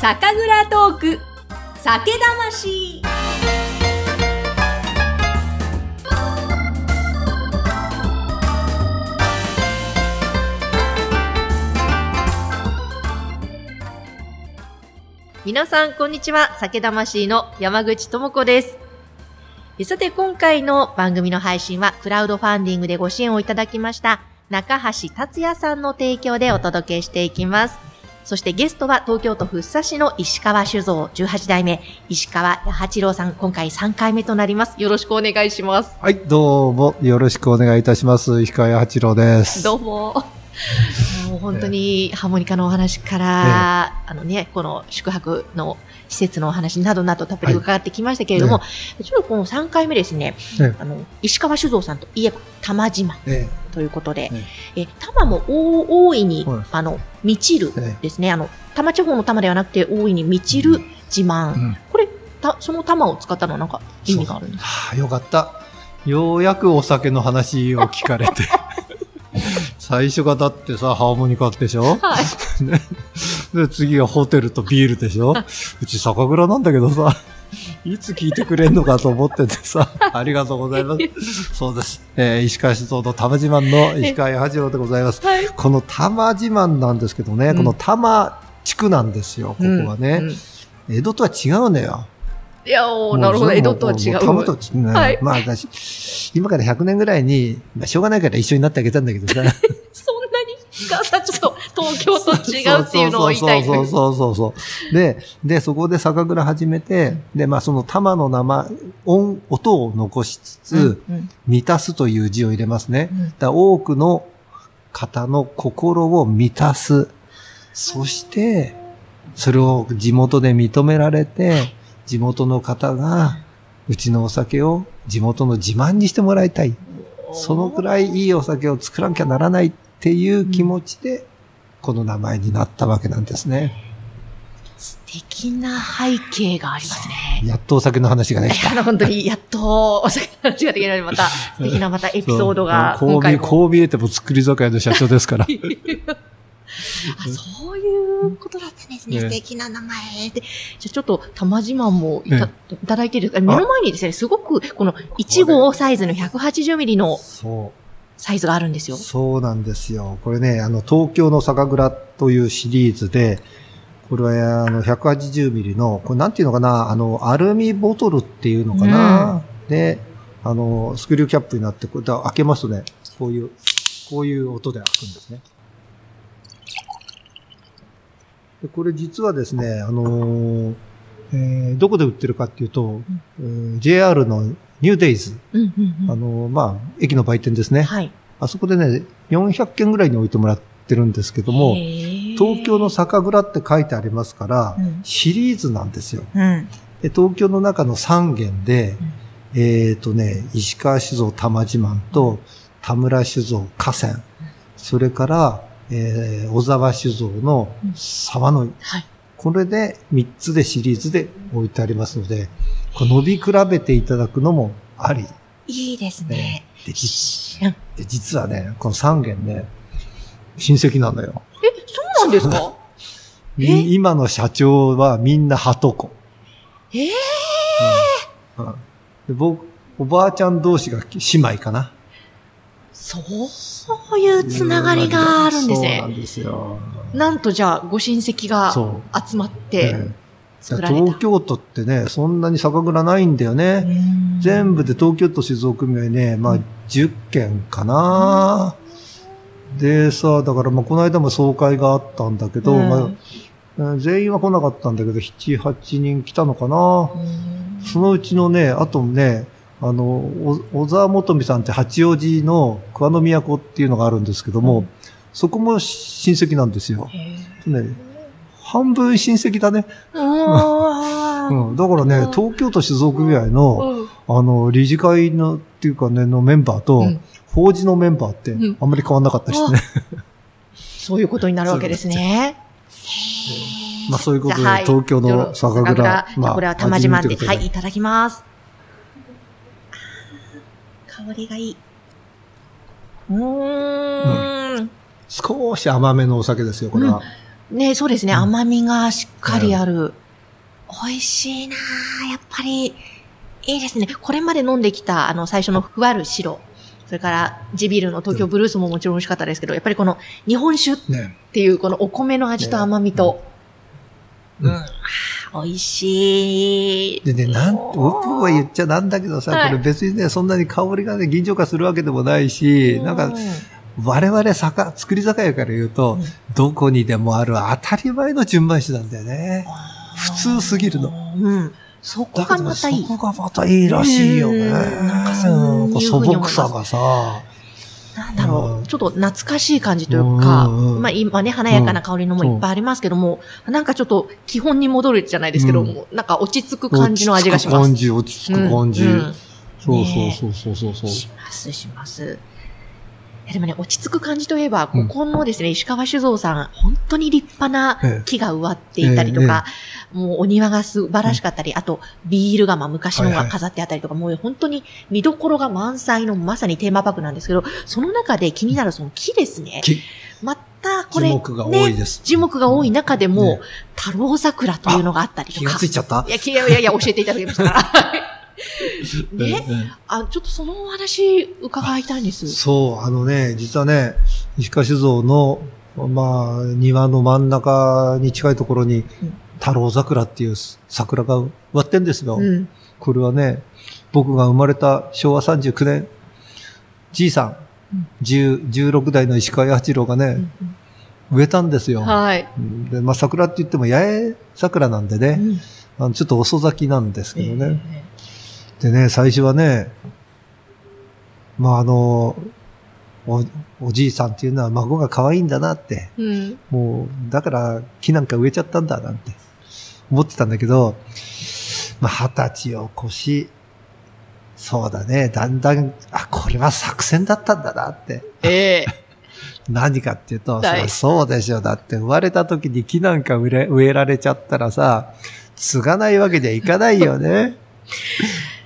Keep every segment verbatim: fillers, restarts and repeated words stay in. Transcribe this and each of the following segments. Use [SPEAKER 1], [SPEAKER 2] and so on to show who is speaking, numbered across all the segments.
[SPEAKER 1] 酒蔵トーク酒魂。皆さんこんにちは、酒魂の山口智子です。さて今回の番組の配信はクラウドファンディングでご支援をいただきました中橋達也さんの提供でお届けしていきます。そしてゲストは東京都福生市の石川酒造じゅうはち代目石川弥八郎さん、今回さんかいめとなります。よろしくお願いします。
[SPEAKER 2] はい、どうもよろしくお願いいたします。石川弥八郎です。
[SPEAKER 1] どうも。もう本当にハーモニカのお話から、ええ、あのね、この宿泊の施設のお話などなどたっぷり伺ってきましたけれども、はい、ちょっとこのさんかいめですね、ええ、あの石川酒造さんといえば玉自慢ということで、ええ、玉も大いに、はい、あの満ちるですね、ええ、あの玉地方の玉ではなくて大いに満ちる自慢、うんうん、これたその玉を使ったのはなんか意味があるんですか？
[SPEAKER 2] はあ、よかった。ようやくお酒の話を聞かれて最初がだってさ、ハーモニカでしょ、はい、ね、で次がホテルとビールでしょうち酒蔵なんだけどさ、いつ聞いてくれんのかと思っててさ、ありがとうございます。そうです。えー、石川酒造の玉自慢の石川弥八郎でございます。はい、この玉自慢なんですけどね、うん、この玉地区なんですよ、ここはね。うんうん、江戸とは違うのよ。
[SPEAKER 1] いやー、なるほど、江戸とは違う。
[SPEAKER 2] 玉と違う。はい、まあ私、今からひゃくねんぐらいに、まあ、しょうがないから一緒になってあげたんだけどさ。そんなに
[SPEAKER 1] がさ、ちょっと東京と違うっていうのを言いたい。
[SPEAKER 2] そうそうそうそう。で、で、そこで酒蔵始めて、で、まあその玉の名前、音、音を残しつつ、うんうん、満たすという字を入れますね。うん、だから多くの方の心を満たす。そして、それを地元で認められて、地元の方が、うちのお酒を地元の自慢にしてもらいたい。そのくらいいいお酒を作らなきゃならないっていう気持ちで、この名前になったわけなんですね。
[SPEAKER 1] 素敵な背景がありますね。
[SPEAKER 2] やっとお酒の話ができた。
[SPEAKER 1] あの本当にやっとお酒の話ができるので、また素敵なまたエピソードが今回も。
[SPEAKER 2] こう見えても作り酒屋の社長ですから。
[SPEAKER 1] あ、そういうことだったんですね。ね、素敵な名前で。じゃあちょっと玉自慢もい た,、ね、いただいているんですか？目の前にですね、すごくこのいち号サイズのひゃくはちじゅうミリのサイズがあるんですよ。
[SPEAKER 2] そうなんですよ。これね、あの東京の酒蔵というシリーズで、これはあのひゃくはちじゅうミリの、これなんていうのかな、あのアルミボトルっていうのかな。うん、で、あのスクリューキャップになって、これ開けますとね、こういうこういう音で開くんですね。これ実はですね、あのーえー、どこで売ってるかっていうと、うん、ジェイアール のニューデイズ、うんうんうん、あのー、まあ、駅の売店ですね。はい。あそこでね、よんひゃくけんぐらいに置いてもらってるんですけども、東京の酒蔵って書いてありますから、うん、シリーズなんですよ。うん、で東京の中のさんげんで、うん、えっとね、石川酒造玉自慢と、田村酒造河川、それから、えー、小沢酒造の沢の井、うんはい、これでみっつでシリーズで置いてありますので、こ伸び比べていただくのもあり。
[SPEAKER 1] いいですね。
[SPEAKER 2] えー、で, 実で実はね、このさんげんね、親戚なんだよ。
[SPEAKER 1] え、そうなんですか？
[SPEAKER 2] 今の社長はみんなはとこ。
[SPEAKER 1] ええー
[SPEAKER 2] うんうん、で僕、おばあちゃん同士が姉妹かな。
[SPEAKER 1] そういうつながりがあるんですね。
[SPEAKER 2] そうなんですよ。
[SPEAKER 1] なんとじゃあ、ご親戚が集まって作られた、
[SPEAKER 2] ね、東京都ってね、そんなに酒蔵ないんだよね。全部で東京都酒造組合ね、まあじゅっけんかな。でさ、だからまあこの間も総会があったんだけど、まあ、全員は来なかったんだけど、なな、はちにん来たのかな。そのうちのね、あとね、あの、小沢元美さんって八王子の桑の都っていうのがあるんですけども、うん、そこも親戚なんですよ。ね、半分親戚だね。うん、だからね、東京都酒造組合の、あの、理事会のっていうかね、のメンバーと、うん、法事のメンバーってあんまり変わんなかったりしてね。うん、
[SPEAKER 1] そういうことになるわけですね。
[SPEAKER 2] まあそういうことで、はい、東京の酒蔵、
[SPEAKER 1] まあ、これは玉自慢で、はい、いただきます。香りがいい。うーん、うん、
[SPEAKER 2] 少し甘めのお酒ですよ、これは。
[SPEAKER 1] ね、そうですね、うん、甘みがしっかりある。うん、美味しいなぁ。やっぱり、いいですね。これまで飲んできた、あの、最初のふわる白。それから、地ビールの東京ブルースももちろん美味しかったですけど、やっぱりこの日本酒っていう、このお米の味と甘みと、ね、うん、うん、美味しい。
[SPEAKER 2] でね、なん、僕は言っちゃなんだけどさ、はい、これ別にね、そんなに香りがね、銀醸化するわけでもないし、なんか、我々酒、作り酒屋から言うと、うん、どこにでもある当たり前の純米酒なんだよね。普通すぎるの。
[SPEAKER 1] うん。そこがまたいい。
[SPEAKER 2] そこがまたいいらしいよね。なんかそう、素朴さがさ。
[SPEAKER 1] なんだろう、うん、ちょっと懐かしい感じというか、うんうん、まあ今ね、華やかな香りのもいっぱいありますけども、うん、なんかちょっと基本に戻るじゃないですけども、うん、なんか落ち着く感じの味がします。
[SPEAKER 2] 落ち着く感じ、落ち着く感じ。うんうん、そうそうそうそうそう。
[SPEAKER 1] しますします。でもね、落ち着く感じといえば、ここのですね、うん、石川酒造さん、本当に立派な木が植わっていたりとか、えええ、もうお庭が素晴らしかったり、うん、あと、ビール窯昔のが飾ってあったりとか、はいはい、もう本当に見どころが満載のまさにテーマパークなんですけど、その中で気になるその木ですね。木。また、これ、
[SPEAKER 2] 樹木が多いです。
[SPEAKER 1] ね、樹木が多い中でも、ね、太郎桜というのがあったりとか。
[SPEAKER 2] 気がついちゃった？
[SPEAKER 1] いや、いやいやいや、教えていただきましたから。ね、うんうん、あ、ちょっとそのお話伺いたいんです。
[SPEAKER 2] そう、あのね、実はね、石川酒造の、まあ、庭の真ん中に近いところに、うん、太郎桜っていう桜が植わってんですよ。うん、これはね、僕が生まれたしょうわさんじゅうきゅうねん、じいさん、うん、じゅう、じゅうろく代の石川八郎がね、うんうん、植えたんですよ。
[SPEAKER 1] はい。
[SPEAKER 2] で、まあ、桜って言っても八重桜なんでね、うん、あのちょっと遅咲きなんですけどね。えーでね、最初はね、まあ、あの、お、おじいさんっていうのは孫が可愛いんだなって、うん、もう、だから木なんか植えちゃったんだなんて思ってたんだけど、まあ、二十歳を越し、そうだね、だんだん、あ、これは作戦だったんだなって。
[SPEAKER 1] ええ
[SPEAKER 2] ー、何かっていうと、そそうでしょ。だって生まれた時に木なんか植え、植えられちゃったらさ、継がないわけにはいかないよね。うん、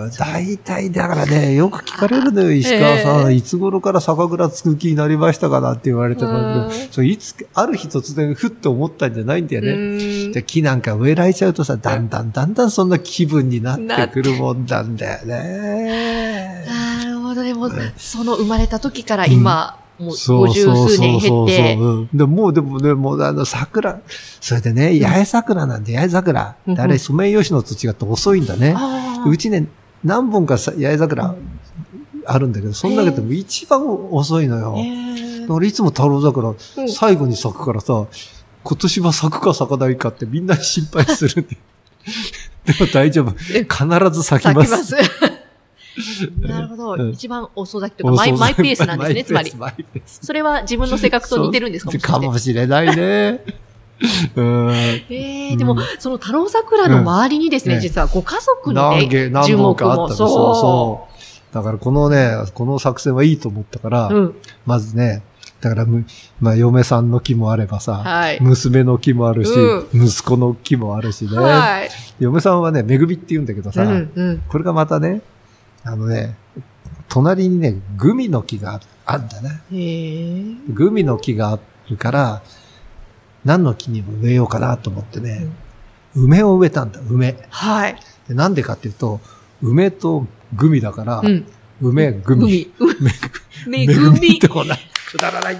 [SPEAKER 2] 大体だからね、よく聞かれるのよ、石川さん、えー、いつ頃から酒蔵つく気になりましたかなって言われても、それいつ、ある日突然ふって思ったんじゃないんだよね。で木なんか植えられちゃうとさ、だんだんだんだんそんな気分になってくるもんなんだよね。
[SPEAKER 1] なるほどね、もう、その生まれた時から今、うんもうごじゅう数年減って。
[SPEAKER 2] でもう、でもね、もうあの桜、それでね、八重桜なんで、八重桜。うん、あれ、ソメイヨシノと違って遅いんだね。うちね、何本か八重桜あるんだけど、その中でも一番遅いのよ。だからいつも太郎桜、最後に咲くからさ、今年は咲くか咲かないかってみんな心配するんで。でも大丈夫。必ず咲きます。
[SPEAKER 1] 咲きます。なるほど。うん、一番遅咲きとかマイ、マイペースなんですね、つまり。それは自分の性格と似てるんですかもしれない。
[SPEAKER 2] かもしれないね。うん
[SPEAKER 1] えー、でも、その太郎桜の周りにですね、うん、実はご家族のね、樹木も。
[SPEAKER 2] そうそう。だからこのね、この作戦はいいと思ったから、うん、まずね、だから、まあ、嫁さんの木もあればさ、はい、娘の木もあるし、うん、息子の木もあるしね。はい、嫁さんはね、めぐみって言うんだけどさ、うんうん、これがまたね、あのね、隣にね、グミの木があるんだね。へー。グミの木があるから、何の木にも植えようかなと思ってね、うん、梅を植えたんだ、梅。
[SPEAKER 1] はい。
[SPEAKER 2] でなんでかっていうと、梅とグミだから、うん、梅、グミ。
[SPEAKER 1] 梅、グミ。
[SPEAKER 2] ってこんな、くだらない。い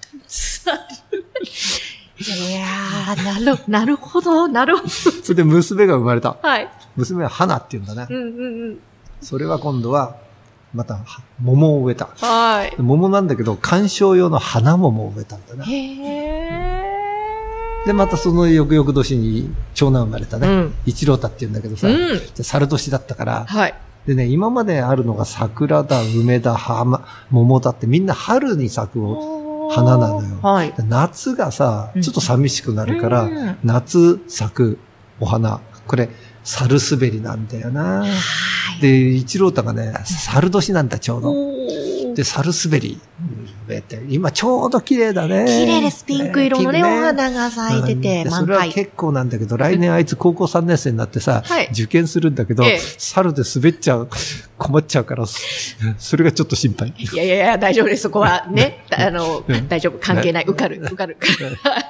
[SPEAKER 1] やー、なる、なるほど、なるほど。
[SPEAKER 2] それで娘が生まれた。
[SPEAKER 1] はい。
[SPEAKER 2] 娘は花って言うんだね。
[SPEAKER 1] うんうんうん。
[SPEAKER 2] それは今度は、また、桃を植えた。
[SPEAKER 1] はい。
[SPEAKER 2] 桃なんだけど、観賞用の花桃を植えたんだね。
[SPEAKER 1] へー。
[SPEAKER 2] で、またその翌々年に長男生まれたね。うん、一郎太って言うんだけどさ、うん、じゃ猿年だったから、
[SPEAKER 1] はい。
[SPEAKER 2] でね、今まであるのが桜だ、梅だ、浜、桃だってみんな春に咲く花なのよ。はい。夏がさ、ちょっと寂しくなるから、うん、夏咲くお花。これ、猿滑りなんだよな。で、一郎太がね、猿年なんだ、ちょうど。で、猿滑り。今ちょうど綺麗だね。
[SPEAKER 1] 綺麗です。ピンク色のね、お花が咲いてて、
[SPEAKER 2] 満開。それは結構なんだけど、来年あいつ高校さんねん生になってさ、受験するんだけど、猿で滑っちゃう、困っちゃうから、それがちょっと心配。
[SPEAKER 1] いやいやいや、大丈夫です。そこはね、あの、大丈夫。関係ない。受かる、受かる。い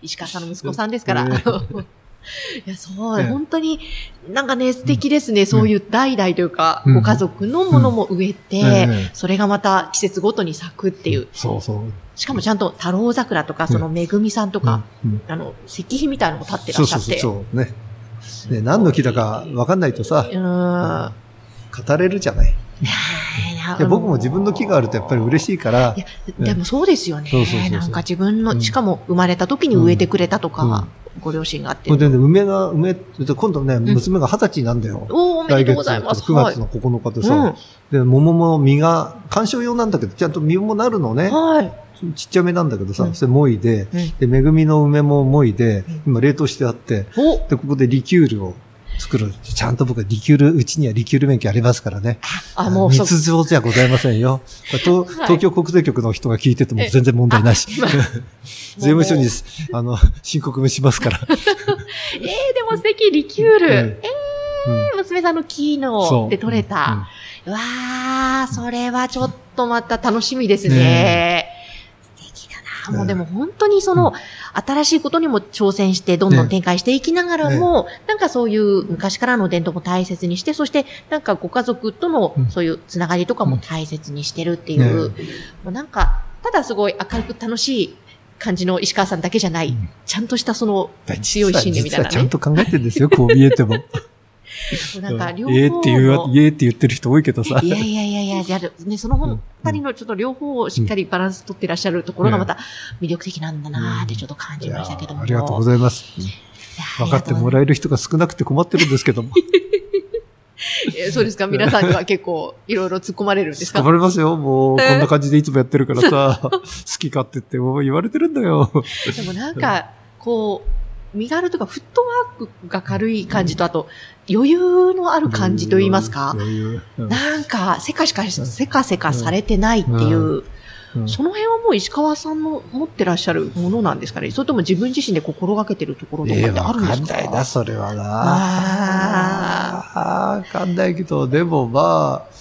[SPEAKER 1] 石川さんの息子さんですから。
[SPEAKER 2] え
[SPEAKER 1] いや、そう、
[SPEAKER 2] ええ
[SPEAKER 1] 本当に、なんかね、素敵ですね。そういう代々というか、
[SPEAKER 2] うん
[SPEAKER 1] ご家族のものも植えて、
[SPEAKER 2] うんええ
[SPEAKER 1] それがまた季節ごとに咲くっていう。
[SPEAKER 2] そうそう。
[SPEAKER 1] しかもちゃんと太郎桜とか、そのめぐみさんとか、
[SPEAKER 2] うんうん
[SPEAKER 1] あの、石碑みたいなのも立ってら
[SPEAKER 2] そうそうそう
[SPEAKER 1] っしゃって。
[SPEAKER 2] そう。ね。ね、何の木だか分かんないとさ、
[SPEAKER 1] うーん。
[SPEAKER 2] 語れるじゃない。
[SPEAKER 1] ねえ
[SPEAKER 2] で僕も自分の木があるとやっぱり嬉しいから、
[SPEAKER 1] いや、でもそうですよね。
[SPEAKER 2] そうそうそうそう
[SPEAKER 1] なんか自分の、
[SPEAKER 2] うん
[SPEAKER 1] しかも生まれた時に植えてくれたとか、
[SPEAKER 2] うん
[SPEAKER 1] ご両親があって。
[SPEAKER 2] これでね、梅が、梅、今度ね、娘が二十歳になるんだよ。
[SPEAKER 1] おー、おめでとうございます。
[SPEAKER 2] くがつのここのかでさ、
[SPEAKER 1] はい
[SPEAKER 2] で、桃も実が、観賞用なんだけど、ちゃんと実もなるのね。
[SPEAKER 1] はい。
[SPEAKER 2] ちっちゃめなんだけどさ、
[SPEAKER 1] うん
[SPEAKER 2] それもいで、
[SPEAKER 1] うん
[SPEAKER 2] で、めぐみの梅ももいで
[SPEAKER 1] うん、
[SPEAKER 2] 今冷凍してあって、
[SPEAKER 1] お
[SPEAKER 2] で、ここでリキュールを作る。ちゃんと僕はリキュール、うちにはリキュール免許ありますからね。
[SPEAKER 1] あ、もうそう。
[SPEAKER 2] 密造じゃございませんよ。これ東
[SPEAKER 1] はい
[SPEAKER 2] 東京国税局の人が聞いてても全然問題ないし。
[SPEAKER 1] あまあ
[SPEAKER 2] 税務署に、あの、申告もしますから。
[SPEAKER 1] えー、でも素敵、リキュール。
[SPEAKER 2] うん
[SPEAKER 1] えー、娘さんの木ので取れた。うわー、それはちょっとまた楽しみですね。
[SPEAKER 2] ね
[SPEAKER 1] 素敵だな。もうでも本当にその、新しいことにも挑戦してどんどん展開していきながらも、なんかそういう昔からの伝統も大切にして、そしてなんかご家族との
[SPEAKER 2] うん
[SPEAKER 1] そういうつながりとかも大切にしてるっていう、
[SPEAKER 2] ね
[SPEAKER 1] もうなんか、ただすごい明るく楽しい感じの石川さんだけじゃない、
[SPEAKER 2] うん
[SPEAKER 1] ちゃんとしたその
[SPEAKER 2] 実は
[SPEAKER 1] 強い信念みたいなね。
[SPEAKER 2] 実はちゃんと考えてるんですよ、こう見えても。
[SPEAKER 1] もうなんか両方の、
[SPEAKER 2] ええって言う、ええって言ってる人多いけどさ。
[SPEAKER 1] いやいやいやいや、じゃあね、その
[SPEAKER 2] うん
[SPEAKER 1] 二人のちょっと両方をしっかりバランス取ってらっしゃるところがまた魅力的なんだなーってちょっと感じましたけども。
[SPEAKER 2] ありがとうございます。分かってもらえる人が少なくて困ってるんですけども。
[SPEAKER 1] えそうですか皆さんには結構いろいろ突っ込まれるんですか
[SPEAKER 2] 困りますよ。もう、こんな感じでいつもやってるからさ、好き勝手ってもう言われてるんだよ。
[SPEAKER 1] でもなんか、こう、身軽とかフットワークが軽い感じと、あと、余裕のある感じと言いますか、
[SPEAKER 2] 余裕。うん
[SPEAKER 1] なんか、せかしか、せかせかされてないっていう、
[SPEAKER 2] うん
[SPEAKER 1] その辺はもう石川さんの持ってらっしゃるものなんですかね、それとも自分自身で心がけてるところとかってあるんですか、
[SPEAKER 2] わかんないな、それはな。
[SPEAKER 1] あ
[SPEAKER 2] あわかんないけど、でもまあ、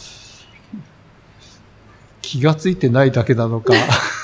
[SPEAKER 2] 気がついてないだけなのか。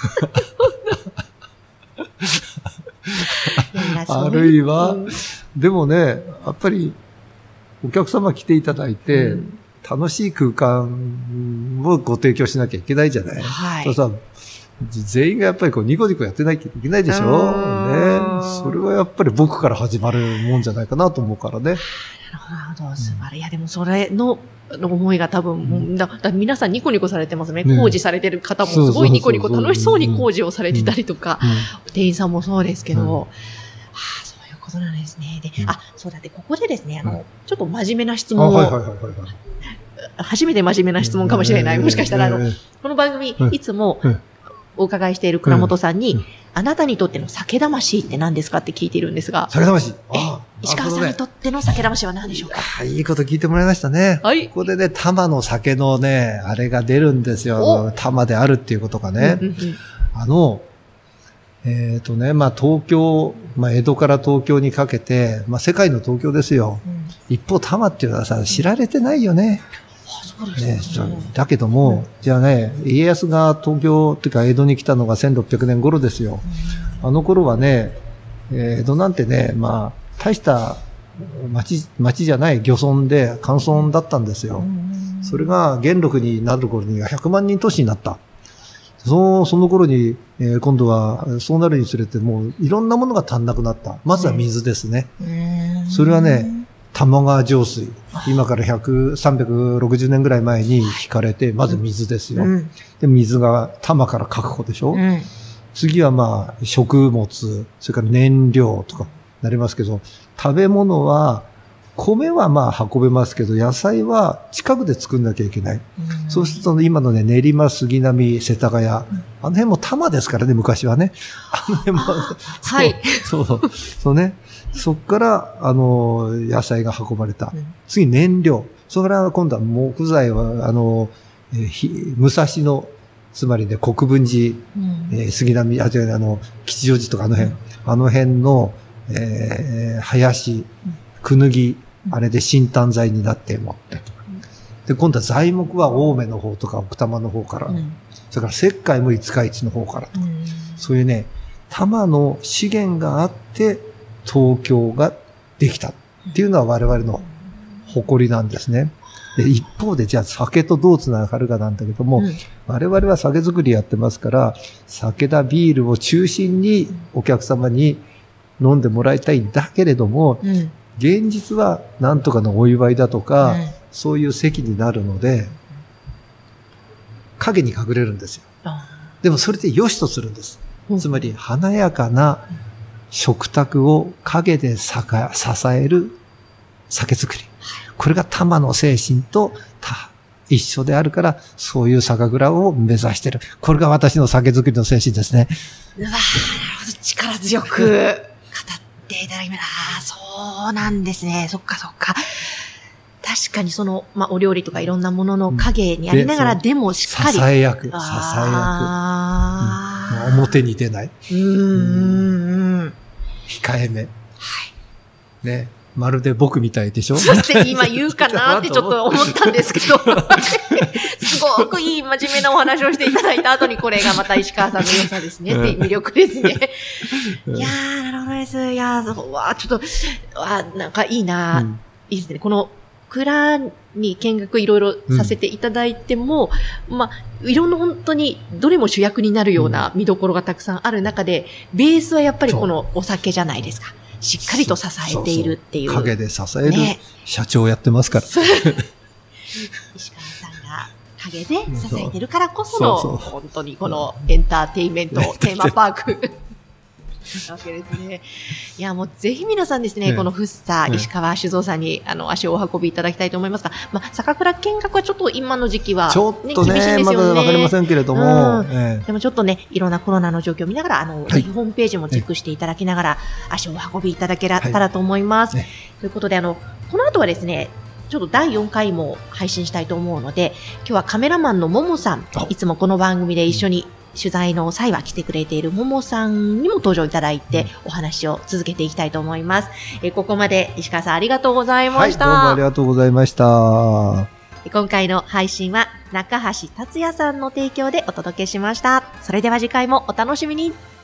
[SPEAKER 2] あるいは、
[SPEAKER 1] うん
[SPEAKER 2] でもね、やっぱり、お客様来ていただいて、
[SPEAKER 1] うん
[SPEAKER 2] 楽しい空間をご提供しなきゃいけないじゃない。
[SPEAKER 1] はい
[SPEAKER 2] そうさ、全員がやっぱりこうニコニコやってないといけないでしょ。
[SPEAKER 1] うん
[SPEAKER 2] ね。それはやっぱり僕から始まるもんじゃないかなと思うからね。
[SPEAKER 1] なるほど、素晴らしい。いや、でもそれの、の思いが多分、
[SPEAKER 2] ん
[SPEAKER 1] だだ皆さんニコニコされてますね。
[SPEAKER 2] ね
[SPEAKER 1] 工事されてる方も
[SPEAKER 2] そうそうそう
[SPEAKER 1] すごいニコニコ楽しそうに工事をされてたりとか、
[SPEAKER 2] うん
[SPEAKER 1] 店員さんもそうですけど、
[SPEAKER 2] うん
[SPEAKER 1] ああ、そういうことなんですね。で、
[SPEAKER 2] うん
[SPEAKER 1] あ、そうだって、ここでですね、あの、
[SPEAKER 2] うん
[SPEAKER 1] ちょっと真面目な質
[SPEAKER 2] あ、
[SPEAKER 1] 問を、
[SPEAKER 2] はいはいはいはいはい。
[SPEAKER 1] 初めて真面目な質問かもしれない。もしかしたら、あの、
[SPEAKER 2] ええ
[SPEAKER 1] この番組、
[SPEAKER 2] うん
[SPEAKER 1] いつも
[SPEAKER 2] うん
[SPEAKER 1] お伺いしている倉本さんに、
[SPEAKER 2] うん
[SPEAKER 1] あなたにとっての酒魂って何ですかって聞いているんですが、
[SPEAKER 2] 酒魂。
[SPEAKER 1] え
[SPEAKER 2] あ
[SPEAKER 1] 石川さんにとっての酒魂は何でしょうか？
[SPEAKER 2] あ、いいこと聞いてもらいましたね。
[SPEAKER 1] はい
[SPEAKER 2] ここでね、玉の酒のね、あれが出るんですよ
[SPEAKER 1] お。
[SPEAKER 2] 玉であるっていうことがね。
[SPEAKER 1] うんうんうん
[SPEAKER 2] あの、えっ、とね、まあ東京、まあ江戸から東京にかけて、まあ世界の東京ですよ。
[SPEAKER 1] うん
[SPEAKER 2] 一方、玉っていうのはさ、知られてないよね。
[SPEAKER 1] あ、そうです
[SPEAKER 2] ね
[SPEAKER 1] ね。
[SPEAKER 2] そうだけども、じゃあね、家康が東京っていうか江戸に来たのがせんろっぴゃくねん頃ですよ。あの頃はね、えー江戸なんてね、まあ、大した町、町じゃない漁村で乾村だったんですよ。それが元禄になる頃にはひゃくまんにん都市になった。その、その頃に、えー今度はそうなるにつれてもういろんなものが足んなくなった。まずは水ですね。
[SPEAKER 1] うん
[SPEAKER 2] それはね、玉川上水。今からひゃく、さんびゃくろくじゅうねんぐらい前に引かれて、まず水ですよ。
[SPEAKER 1] うん
[SPEAKER 2] で、水が玉から確保でしょ、
[SPEAKER 1] うん
[SPEAKER 2] 次はまあ、食物、それから燃料とかなりますけど、食べ物は、米はまあ運べますけど、野菜は近くで作んなきゃいけない。
[SPEAKER 1] うん
[SPEAKER 2] そうすると今のね、練馬、杉並、世田谷、あの辺も玉ですからね、昔はね。あの辺も、
[SPEAKER 1] はい。
[SPEAKER 2] そう、そう、そうね。そっから、あの、野菜が運ばれた。
[SPEAKER 1] うん
[SPEAKER 2] 次、燃料。それから今度は木材は、あの、えーひ武蔵野、つまりね、国分寺、
[SPEAKER 1] うん
[SPEAKER 2] えー杉並、あ、違う、あの、吉祥寺とかあの辺、あの辺の、えー林、くぬぎ、あれで新炭材になって持って。で、今度は材木は青梅の方とか奥多摩の方から、
[SPEAKER 1] うん
[SPEAKER 2] それから石灰も五日市の方からとか、
[SPEAKER 1] うん
[SPEAKER 2] そういうね、 多摩の資源があって東京ができたっていうのは我々の誇りなんですね。で一方でじゃあ酒とどうつながるかなんだけども、うん、我々は酒造りやってますから、酒だビールを中心にお客様に飲んでもらいたいんだけれども、うん、現実はなんとかのお祝いだとか、うん、そういう席になるので、影に隠れるんですよ。でもそれで良しとするんです。うん、つまり華やかな食卓を陰で支える酒造り。これが多摩の精神と一緒であるから、そういう酒蔵を目指している。これが私の酒造りの精神ですね。
[SPEAKER 1] うわー、なるほど。力強く語っていただきました。ああ、そうなんですね。そっかそっか。確かにその、まあ、お料理とかいろんなものの影にありながら、でもしっかり。
[SPEAKER 2] 支え役、支え役。うん、表に出ない。うーん。控えめ。はい。ね。まるで僕みたいでしょ？
[SPEAKER 1] そうって今言うかなってちょっと思ったんですけど、すごくいい真面目なお話をしていただいた後にこれがまた石川さんの良さですね。って魅力ですね。いやー、なるほどです。いやー、わー、ちょっと、わー、なんかいいな、うん、いいですね。この蔵に見学いろいろさせていただいても、うん、まあ、いろんな本当にどれも主役になるような見どころがたくさんある中で、ベースはやっぱりこのお酒じゃないですか。しっかりと支えているっていう。
[SPEAKER 2] そうそう影で支える、ね、社長をやってますから。石川
[SPEAKER 1] さんが影で支えているからこその、そうそう本当にこのエンターテインメントテーマパーク。なわけですね。いや、もうぜひ皆さんですね、ねこの福生、石川酒造さんに、あの、足をお運びいただきたいと思いますが、まあ、酒蔵見学はちょっと今の時期は、ね、
[SPEAKER 2] ちょっとね、厳しいですよね。まだわかりませんけれども、うん
[SPEAKER 1] ええ、でもちょっとね、いろんなコロナの状況を見ながら、あの、はい、ぜひホームページもチェックしていただきながら、足をお運びいただけたらと思います。はいね、ということで、あの、この後はですね、ちょっとだいよんかいも配信したいと思うので、今日はカメラマンのももさん、いつもこの番組で一緒に、取材の際は来てくれているももさんにも登場いただいてお話を続けていきたいと思います。えここまで石川さんありがとうございました。
[SPEAKER 2] はい、どうもありがとうございました。
[SPEAKER 1] 今回の配信は中橋達也さんの提供でお届けしました。それでは次回もお楽しみに。